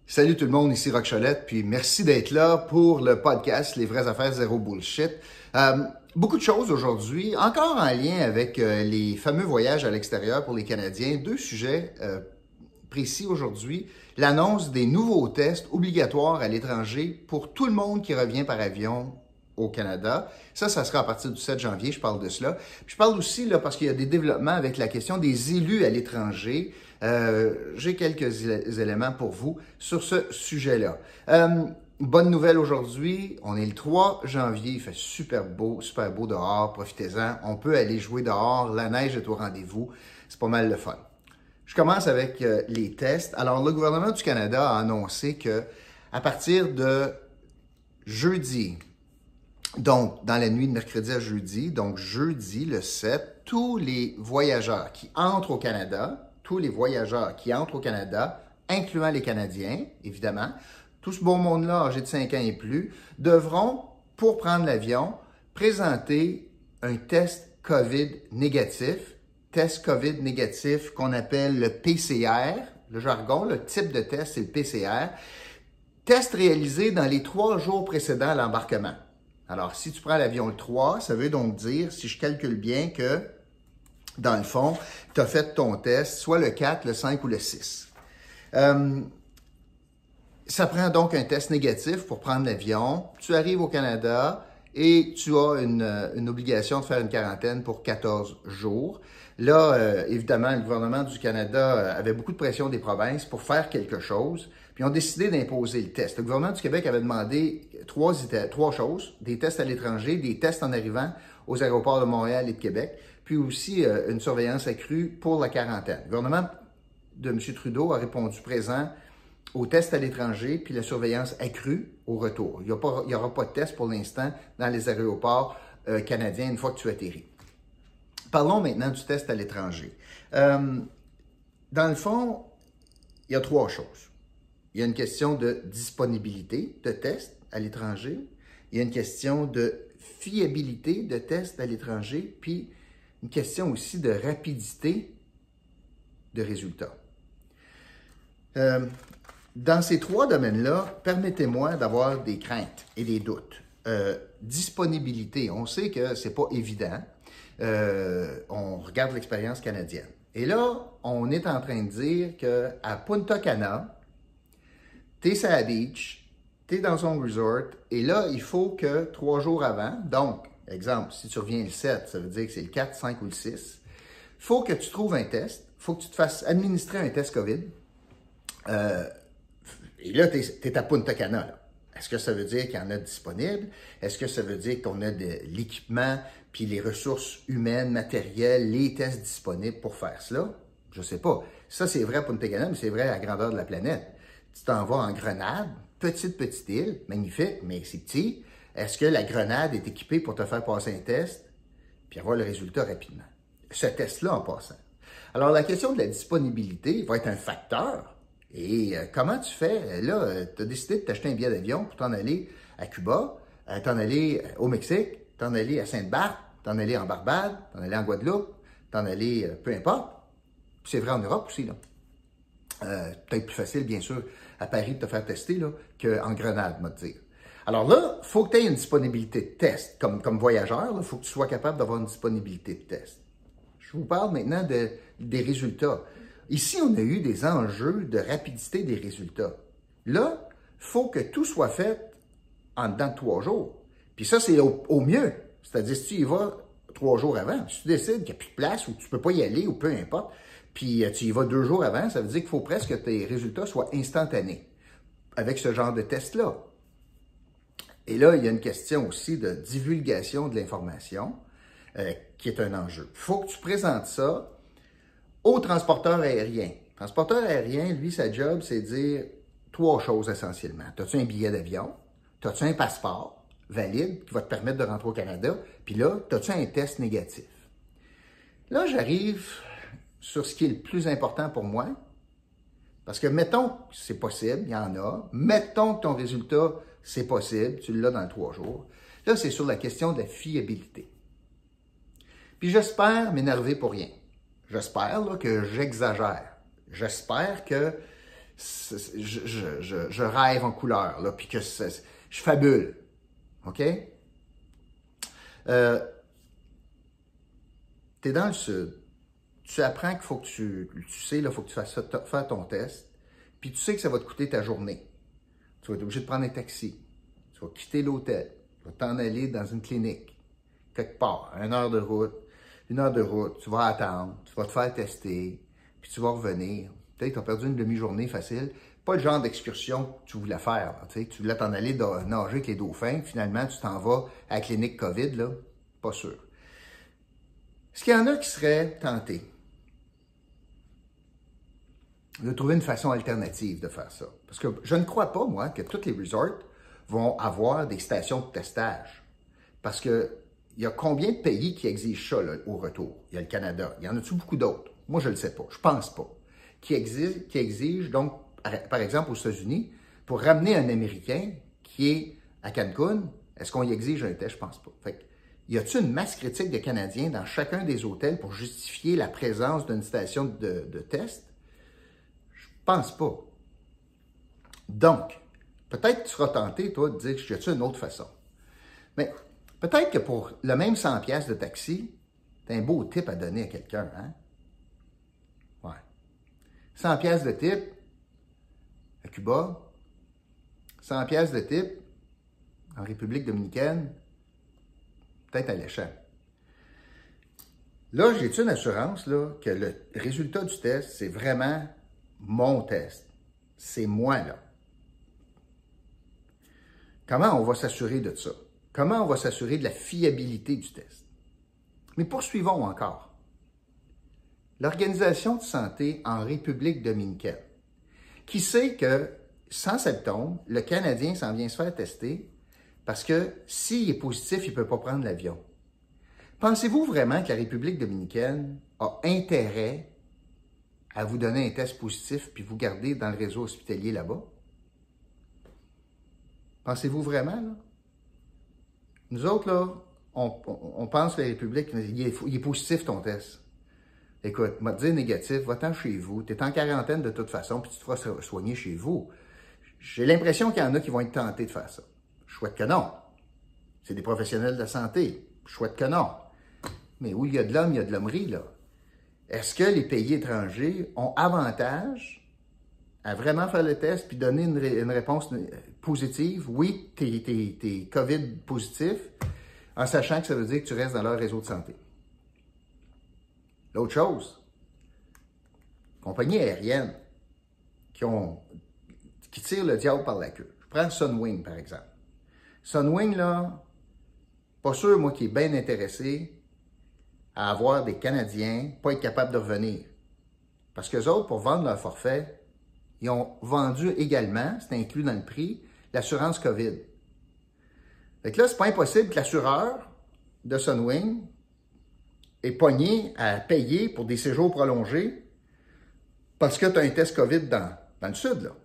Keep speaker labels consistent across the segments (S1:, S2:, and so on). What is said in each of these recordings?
S1: Salut tout le monde, ici Roch Cholette, puis merci d'être là pour le podcast Les vraies affaires zéro bullshit. Beaucoup de choses aujourd'hui, encore en lien avec les fameux voyages à l'extérieur pour les Canadiens. Deux sujets précis aujourd'hui. L'annonce des nouveaux tests obligatoires à l'étranger pour tout le monde qui revient par avion au Canada. Ça sera à partir du 7 janvier, je parle de cela. Puis je parle aussi, là, parce qu'il y a des développements avec la question des élus à l'étranger. J'ai quelques éléments pour vous sur ce sujet-là. Bonne nouvelle aujourd'hui, on est le 3 janvier, il fait super beau dehors, profitez-en. On peut aller jouer dehors, la neige est au rendez-vous, c'est pas mal le fun. Je commence avec les tests. Alors, le gouvernement du Canada a annoncé que à partir de jeudi, donc dans la nuit de mercredi à jeudi, donc jeudi le 7, tous les voyageurs qui entrent au Canada, incluant les Canadiens, évidemment, tout ce beau monde-là, âgé de 5 ans et plus, devront, pour prendre l'avion, présenter un test COVID négatif qu'on appelle le PCR, le jargon, le type de test, c'est le PCR, test réalisé dans les 3 jours précédant l'embarquement. Alors, si tu prends l'avion le 3, ça veut donc dire, si je calcule bien, que dans le fond, tu as fait ton test, soit le 4, le 5 ou le 6. Ça prend donc un test négatif pour prendre l'avion. Tu arrives au Canada et tu as une obligation de faire une quarantaine pour 14 jours. Là, évidemment, le gouvernement du Canada avait beaucoup de pression des provinces pour faire quelque chose, puis ils ont décidé d'imposer le test. Le gouvernement du Québec avait demandé trois choses, des tests à l'étranger, des tests en arrivant aux aéroports de Montréal et de Québec, puis aussi une surveillance accrue pour la quarantaine. Le gouvernement de M. Trudeau a répondu présent aux tests à l'étranger, puis la surveillance accrue au retour. Il n'y aura pas de test pour l'instant dans les aéroports canadiens une fois que tu atterris. Parlons maintenant du test à l'étranger. Dans le fond, il y a 3 choses. Il y a une question de disponibilité de tests à l'étranger. Il y a une question de fiabilité de tests à l'étranger, puis une question aussi de rapidité de résultats. Dans ces 3 domaines-là, permettez-moi d'avoir des craintes et des doutes. Disponibilité, on sait que c'est pas évident. On regarde l'expérience canadienne. Et là, on est en train de dire qu'à Punta Cana, t'es sur la beach, t'es dans son resort, et là, il faut que 3 jours avant, donc, exemple, si tu reviens le 7, ça veut dire que c'est le 4, 5 ou le 6, il faut que tu trouves un test, il faut que tu te fasses administrer un test COVID. Et là, tu es à Punta Cana. Là. Est-ce que ça veut dire qu'il y en a disponible? Est-ce que ça veut dire qu'on a de l'équipement, puis les ressources humaines, matérielles, les tests disponibles pour faire cela? Je ne sais pas. Ça, c'est vrai à Punta Cana, mais c'est vrai à la grandeur de la planète. Tu t'en vas en Grenade, petite île, magnifique, mais c'est petit. Est-ce que la Grenade est équipée pour te faire passer un test, puis avoir le résultat rapidement? Ce test-là en passant. Alors, la question de la disponibilité va être un facteur. Et comment tu fais? Là, tu as décidé de t'acheter un billet d'avion pour t'en aller à Cuba, t'en aller au Mexique, t'en aller à Sainte-Barth, t'en aller en Barbade, t'en aller en Guadeloupe, t'en aller peu importe. Puis c'est vrai en Europe aussi, là. Peut-être plus facile, bien sûr, à Paris de te faire tester là, qu'en Grenade, on va te dire. Alors là, il faut que tu aies une disponibilité de test. Comme voyageur, il faut que tu sois capable d'avoir une disponibilité de test. Je vous parle maintenant des résultats. Ici, on a eu des enjeux de rapidité des résultats. Là, il faut que tout soit fait en dedans de 3 jours. Puis ça, c'est au mieux. C'est-à-dire, si tu y vas 3 jours avant, si tu décides qu'il n'y a plus de place ou tu ne peux pas y aller ou peu importe, puis tu y vas 2 jours avant, ça veut dire qu'il faut presque que tes résultats soient instantanés avec ce genre de test-là. Et là, il y a une question aussi de divulgation de l'information qui est un enjeu. Il faut que tu présentes ça au transporteur aérien. Le transporteur aérien, lui, sa job, c'est de dire 3 choses essentiellement. As-tu un billet d'avion? As-tu un passeport valide qui va te permettre de rentrer au Canada? Puis là, as-tu un test négatif? Là, j'arrive sur ce qui est le plus important pour moi. Parce que mettons que c'est possible, il y en a. Mettons que ton résultat, c'est possible, tu l'as dans 3 jours. Là, c'est sur la question de la fiabilité. Puis j'espère m'énerver pour rien. J'espère là, que j'exagère. J'espère que je rêve en couleur, là, puis que je fabule. OK? T'es dans le sud. Tu apprends qu'il faut que tu sais, là, il faut que tu fasses faire ton test. Puis tu sais que ça va te coûter ta journée. Tu vas être obligé de prendre un taxi. Tu vas quitter l'hôtel. Tu vas t'en aller dans une clinique. Quelque part. 1 heure de route. 1 heure de route. Tu vas attendre. Tu vas te faire tester. Puis tu vas revenir. Peut-être que tu as perdu une demi-journée facile. Pas le genre d'excursion que tu voulais faire. Là, tu voulais t'en aller nager avec les dauphins. Finalement, tu t'en vas à la clinique COVID. Là. Pas sûr. Est-ce qu'il y en a qui seraient tentés de trouver une façon alternative de faire ça? Parce que je ne crois pas, moi, que tous les resorts vont avoir des stations de testage. Parce que il y a combien de pays qui exigent ça là, au retour? Il y a le Canada. Il y en a-tu beaucoup d'autres? Moi, je ne le sais pas. Je pense pas. Qui exigent, donc, par exemple, aux États-Unis, pour ramener un Américain qui est à Cancun, est-ce qu'on y exige un test? Je pense pas. Fait que, y a-t-il une masse critique de Canadiens dans chacun des hôtels pour justifier la présence d'une station de test? Je pense pas. Donc, peut-être que tu seras tenté, toi, de dire que y a-t-il une autre façon? Mais peut-être que pour le même 100$ de taxi, t'as un beau tip à donner à quelqu'un, hein? Ouais. 100$ de tip à Cuba, 100$ de tip en République dominicaine, peut-être alléchant. Là, j'ai-tu une assurance là, que le résultat du test, c'est vraiment mon test. C'est moi, là. Comment on va s'assurer de ça? Comment on va s'assurer de la fiabilité du test? Mais poursuivons encore. L'Organisation de santé en République dominicaine, qui sait que, sans septembre, le Canadien s'en vient se faire tester parce que s'il est positif, il ne peut pas prendre l'avion. Pensez-vous vraiment que la République dominicaine a intérêt à vous donner un test positif puis vous garder dans le réseau hospitalier là-bas? Pensez-vous vraiment, là? Nous autres, là, on pense que la République, il est positif ton test. Écoute, m'a dit négatif, va-t'en chez vous. Tu es en quarantaine de toute façon, puis tu te feras soigner chez vous. J'ai l'impression qu'il y en a qui vont être tentés de faire ça. Je souhaite que non. C'est des professionnels de la santé. Je souhaite que non. Mais où il y a de l'homme, il y a de l'hommerie, là. Est-ce que les pays étrangers ont avantage à vraiment faire le test puis donner une réponse positive? Oui, t'es COVID positif, en sachant que ça veut dire que tu restes dans leur réseau de santé. L'autre chose, compagnies aériennes qui tirent le diable par la queue. Je prends Sunwing, par exemple. Sunwing, là, pas sûr, moi, qui est bien intéressé à avoir des Canadiens pas être capables de revenir. Parce qu'eux autres, pour vendre leur forfait, ils ont vendu également, c'est inclus dans le prix, l'assurance COVID. Fait que là, c'est pas impossible que l'assureur de Sunwing est pogné à payer pour des séjours prolongés parce que tu as un test COVID dans le sud, là.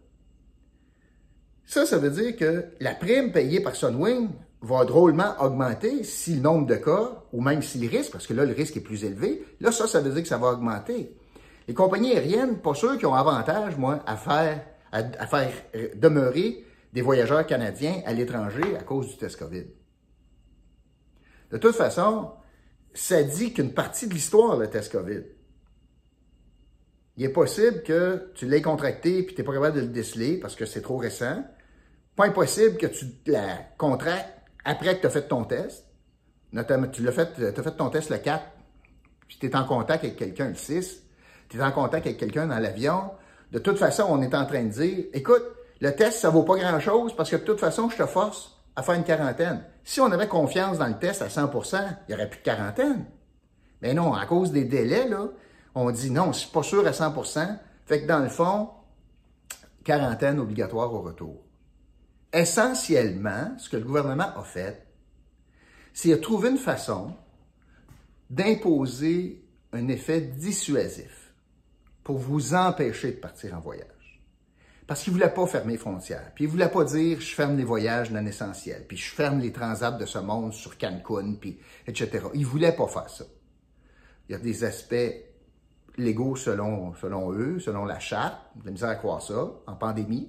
S1: Ça veut dire que la prime payée par Sunwing va drôlement augmenter si le nombre de cas, ou même si le risque, parce que là, le risque est plus élevé, là, ça veut dire que ça va augmenter. Les compagnies aériennes, pas sûr qu'ils ont avantage, moi, à faire demeurer des voyageurs canadiens à l'étranger à cause du test COVID. De toute façon, ça dit qu'une partie de l'histoire, le test COVID. Il est possible que tu l'aies contracté et tu n'es pas capable de le déceler parce que c'est trop récent. Pas impossible que tu la contractes après que tu as fait ton test. Notamment, tu as fait ton test le 4, puis tu es en contact avec quelqu'un le 6, tu es en contact avec quelqu'un dans l'avion. De toute façon, on est en train de dire, écoute, le test, ça vaut pas grand-chose parce que de toute façon, je te force à faire une quarantaine. Si on avait confiance dans le test à 100%, il n'y aurait plus de quarantaine. Mais non, à cause des délais, là, on dit non, je suis pas sûr à 100%. Fait que dans le fond, quarantaine obligatoire au retour. Essentiellement, ce que le gouvernement a fait, c'est trouver une façon d'imposer un effet dissuasif pour vous empêcher de partir en voyage. Parce qu'il ne voulait pas fermer les frontières. Puis il ne voulait pas dire « je ferme les voyages non essentiels », puis « je ferme les transats de ce monde sur Cancun », puis etc. Il ne voulait pas faire ça. Il y a des aspects légaux selon eux, selon la charte. On a la misère à croire ça, en pandémie.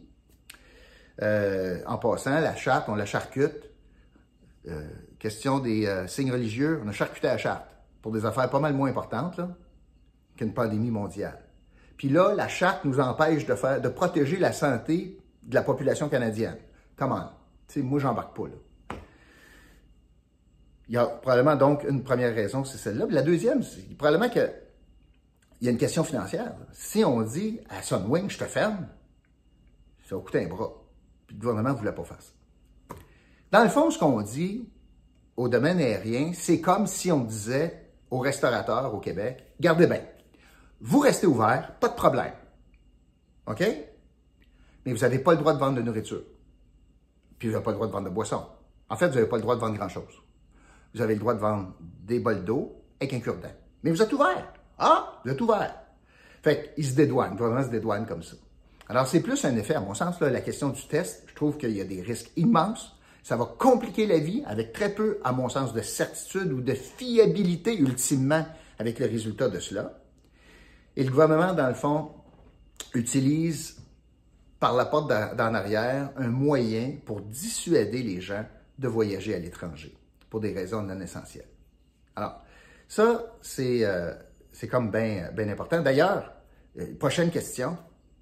S1: En passant, la charte, on la charcute. Question des signes religieux, on a charcuté la charte pour des affaires pas mal moins importantes qu'une pandémie mondiale. Puis là, la charte nous empêche de protéger la santé de la population canadienne. Comment? Tu sais, moi, j'embarque pas, là. Il y a probablement donc une première raison, c'est celle-là. Puis la deuxième, c'est probablement qu'il y a une question financière. Si on dit à Sunwing, je te ferme, ça va coûter un bras. Puis le gouvernement ne voulait pas faire ça. Dans le fond, ce qu'on dit au domaine aérien, c'est comme si on disait aux restaurateurs au Québec, gardez bien, vous restez ouverts, pas de problème. OK? Mais vous n'avez pas le droit de vendre de nourriture. Puis vous n'avez pas le droit de vendre de boissons. En fait, vous n'avez pas le droit de vendre grand-chose. Vous avez le droit de vendre des bols d'eau avec un cure-dent. Mais vous êtes ouverts. Ah, vous êtes ouverts. Fait qu'ils se dédouanent, le gouvernement se dédouane comme ça. Alors, c'est plus un effet, à mon sens, là, la question du test. Je trouve qu'il y a des risques immenses. Ça va compliquer la vie avec très peu, à mon sens, de certitude ou de fiabilité, ultimement, avec le résultat de cela. Et le gouvernement, dans le fond, utilise par la porte d'en arrière un moyen pour dissuader les gens de voyager à l'étranger pour des raisons non essentielles. Alors, ça, c'est comme bien important. D'ailleurs, prochaine question.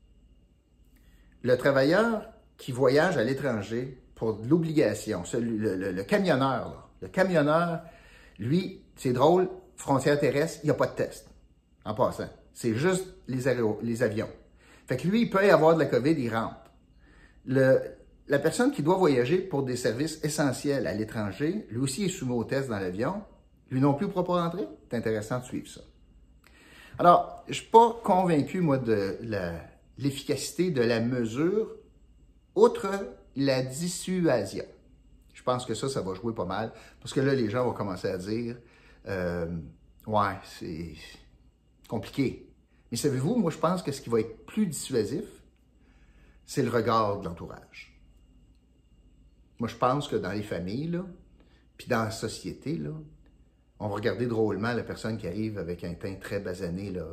S1: Le travailleur qui voyage à l'étranger pour de l'obligation, le camionneur, là, le camionneur, lui, c'est drôle, frontière terrestre, il n'y a pas de test, en passant. C'est juste les avions. Fait que lui, il peut y avoir de la COVID, il rentre. La personne qui doit voyager pour des services essentiels à l'étranger, lui aussi est soumis au test dans l'avion. Lui non plus ne pourra pas rentrer. C'est intéressant de suivre ça. Alors, je ne suis pas convaincu, moi, de l'efficacité de la mesure, outre la dissuasion. Je pense que ça va jouer pas mal, parce que là, les gens vont commencer à dire ouais, c'est compliqué. Mais savez-vous, moi, je pense que ce qui va être plus dissuasif, c'est le regard de l'entourage. Moi, je pense que dans les familles, là, puis dans la société, là, on va regarder drôlement la personne qui arrive avec un teint très basané là,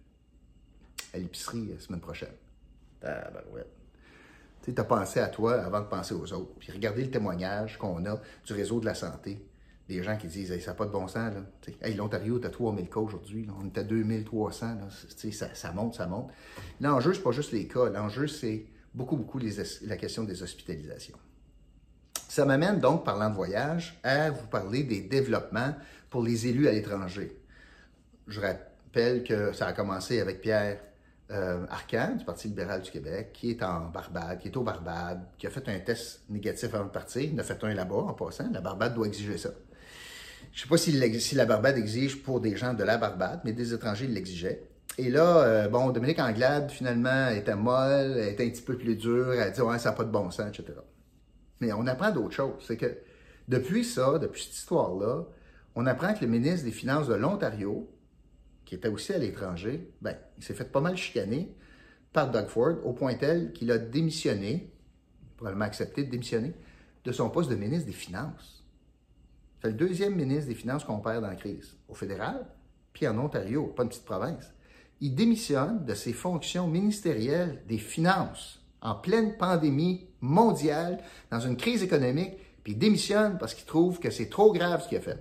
S1: à l'épicerie la semaine prochaine. Ah, ben ouais. Tu sais, as pensé à toi avant de penser aux autres. Puis regardez le témoignage qu'on a du réseau de la santé. Des gens qui disent hey, « ça n'a pas de bon sens. » Hey, l'Ontario, tu as 3000 cas aujourd'hui. Là. On est à 2300. Là. Ça monte, ça monte. L'enjeu, ce n'est pas juste les cas. L'enjeu, c'est beaucoup la question des hospitalisations. Ça m'amène donc, parlant de voyage, à vous parler des développements pour les élus à l'étranger. Je rappelle que ça a commencé avec Pierre Arcan, du Parti libéral du Québec, qui est en Barbade, qui est au Barbade, qui a fait un test négatif avant de partir. Il en a fait un là-bas, en passant. La Barbade doit exiger ça. Je ne sais pas si la Barbade exige pour des gens de la Barbade, mais des étrangers, ils l'exigeaient. Et là, Dominique Anglade, finalement, était molle, était un petit peu plus dure, elle a dit « ouais, ça n'a pas de bon sens, etc. » Mais on apprend d'autres choses. C'est que depuis cette histoire-là, on apprend que le ministre des Finances de l'Ontario, qui était aussi à l'étranger, il s'est fait pas mal chicaner par Doug Ford, au point tel qu'il a démissionné, probablement accepté de démissionner, de son poste de ministre des Finances. C'est le deuxième ministre des Finances qu'on perd dans la crise, au fédéral, puis en Ontario, pas une petite province. Il démissionne de ses fonctions ministérielles des Finances en pleine pandémie mondiale, dans une crise économique, puis il démissionne parce qu'il trouve que c'est trop grave ce qu'il a fait.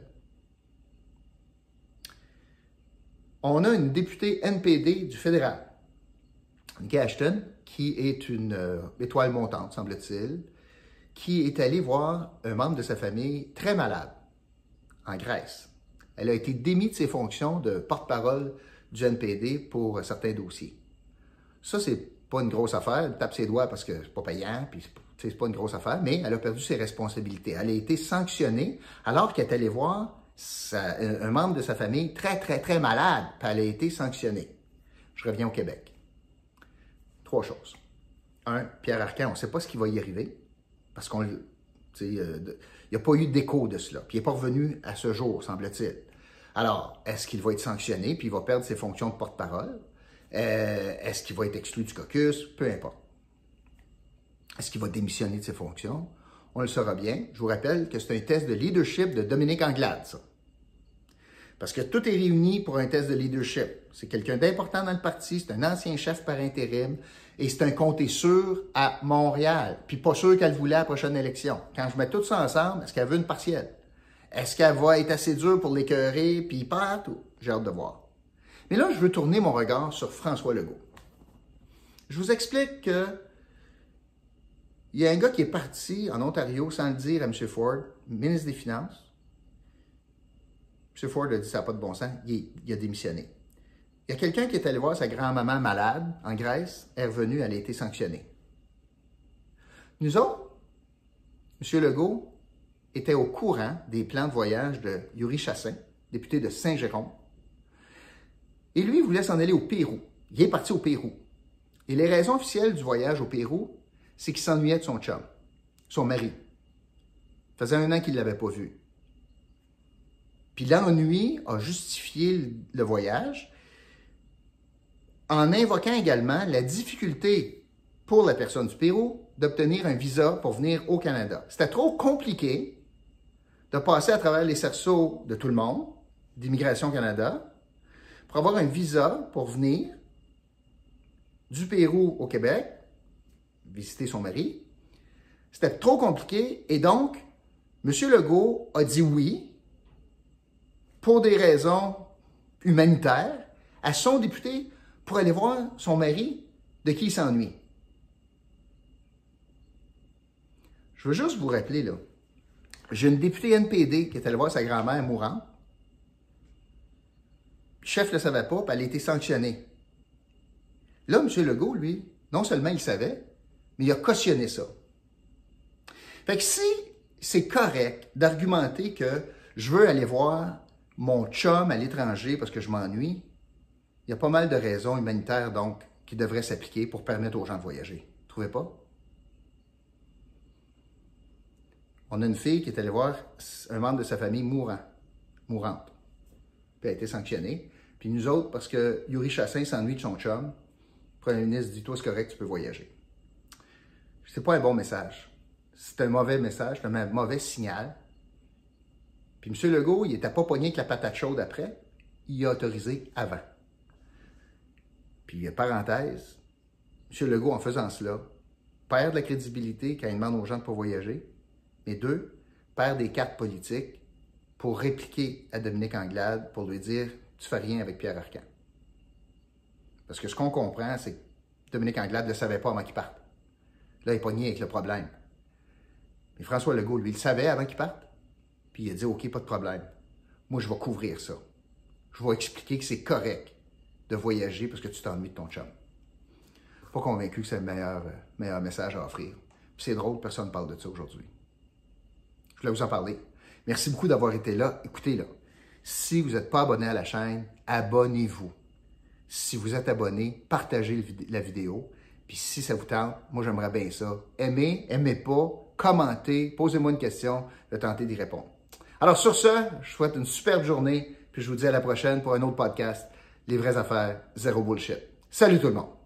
S1: On a une députée NPD du fédéral, Nikki Ashton, qui est une étoile montante, semble-t-il, qui est allée voir un membre de sa famille très malade en Grèce. Elle a été démise de ses fonctions de porte-parole du NPD pour certains dossiers. Ça, c'est pas une grosse affaire. Elle tape ses doigts parce que c'est pas payant, puis c'est pas une grosse affaire, mais elle a perdu ses responsabilités. Elle a été sanctionnée alors qu'elle est allée voir un membre de sa famille très, très, très malade, puis elle a été sanctionnée. Je reviens au Québec. 3 choses. 1, Pierre Arcan, on ne sait pas ce qui va y arriver, parce qu'il n'y a pas eu d'écho de cela, puis il n'est pas revenu à ce jour, semble-t-il. Alors, est-ce qu'il va être sanctionné, puis il va perdre ses fonctions de porte-parole? Est-ce qu'il va être exclu du caucus? Peu importe. Est-ce qu'il va démissionner de ses fonctions? On le saura bien. Je vous rappelle que c'est un test de leadership de Dominique Anglade, ça. Parce que tout est réuni pour un test de leadership. C'est quelqu'un d'important dans le parti, c'est un ancien chef par intérim et c'est un comté sûr à Montréal. Puis pas sûr qu'elle voulait à la prochaine élection. Quand je mets tout ça ensemble, est-ce qu'elle veut une partielle? Est-ce qu'elle va être assez dure pour l'écœurer puis y perdre? J'ai hâte de voir. Mais là, je veux tourner mon regard sur François Legault. Je vous explique que il y a un gars qui est parti en Ontario sans le dire à M. Ford, ministre des Finances. M. Ford a dit ça n'a pas de bon sens, il a démissionné. Il y a quelqu'un qui est allé voir sa grand-maman malade en Grèce, elle est revenue, elle a été sanctionnée. Nous autres, M. Legault était au courant des plans de voyage de Yuri Chassin, député de Saint-Jérôme, et lui, il voulait s'en aller au Pérou. Il est parti au Pérou. Et les raisons officielles du voyage au Pérou, c'est qu'il s'ennuyait de son chum, son mari. Ça faisait 1 an qu'il ne l'avait pas vu. Puis l'ennui a justifié le voyage en invoquant également la difficulté pour la personne du Pérou d'obtenir un visa pour venir au Canada. C'était trop compliqué de passer à travers les cerceaux de tout le monde, d'Immigration Canada, pour avoir un visa pour venir du Pérou au Québec, visiter son mari. C'était trop compliqué et donc, M. Legault a dit oui, pour des raisons humanitaires, à son député pour aller voir son mari de qui il s'ennuie. Je veux juste vous rappeler, là, j'ai une députée NPD qui est allée voir sa grand-mère mourante. Le chef ne le savait pas, puis elle a été sanctionnée. Là, M. Legault, lui, non seulement il savait, mais il a cautionné ça. Fait que si c'est correct d'argumenter que je veux aller voir mon chum à l'étranger parce que je m'ennuie, il y a pas mal de raisons humanitaires, donc, qui devraient s'appliquer pour permettre aux gens de voyager. Vous trouvez pas? On a une fille qui est allée voir un membre de sa famille mourante. Puis elle a été sanctionnée. Puis nous autres, parce que Yuri Chassin s'ennuie de son chum, le premier ministre dit « Toi, c'est correct, tu peux voyager ». C'est pas un bon message. C'est un mauvais message, c'est un mauvais signal. Puis M. Legault, il n'était pas pogné avec la patate chaude après, il a autorisé avant. Puis, parenthèse, M. Legault, en faisant cela, perd de la crédibilité quand il demande aux gens de ne pas voyager, mais 2, perd des cartes politiques pour répliquer à Dominique Anglade, pour lui dire « Tu fais rien avec Pierre Arcan ». Parce que ce qu'on comprend, c'est que Dominique Anglade ne le savait pas avant qu'il parte. Là, il est pogné avec le problème. Mais François Legault, lui, il le savait avant qu'il parte. Puis il a dit « OK, pas de problème. Moi, je vais couvrir ça. Je vais expliquer que c'est correct de voyager parce que tu t'ennuies de ton chum. » Pas convaincu que c'est le meilleur message à offrir. Puis c'est drôle, personne ne parle de ça aujourd'hui. Je voulais vous en parler. Merci beaucoup d'avoir été là. Écoutez, là, si vous n'êtes pas abonné à la chaîne, abonnez-vous. Si vous êtes abonné, partagez la vidéo. Puis si ça vous tente, moi j'aimerais bien ça. Aimez, aimez pas, commentez, posez-moi une question, je vais tenter d'y répondre. Alors sur ce, je vous souhaite une superbe journée, puis je vous dis à la prochaine pour un autre podcast, Les vraies affaires, zéro bullshit. Salut tout le monde!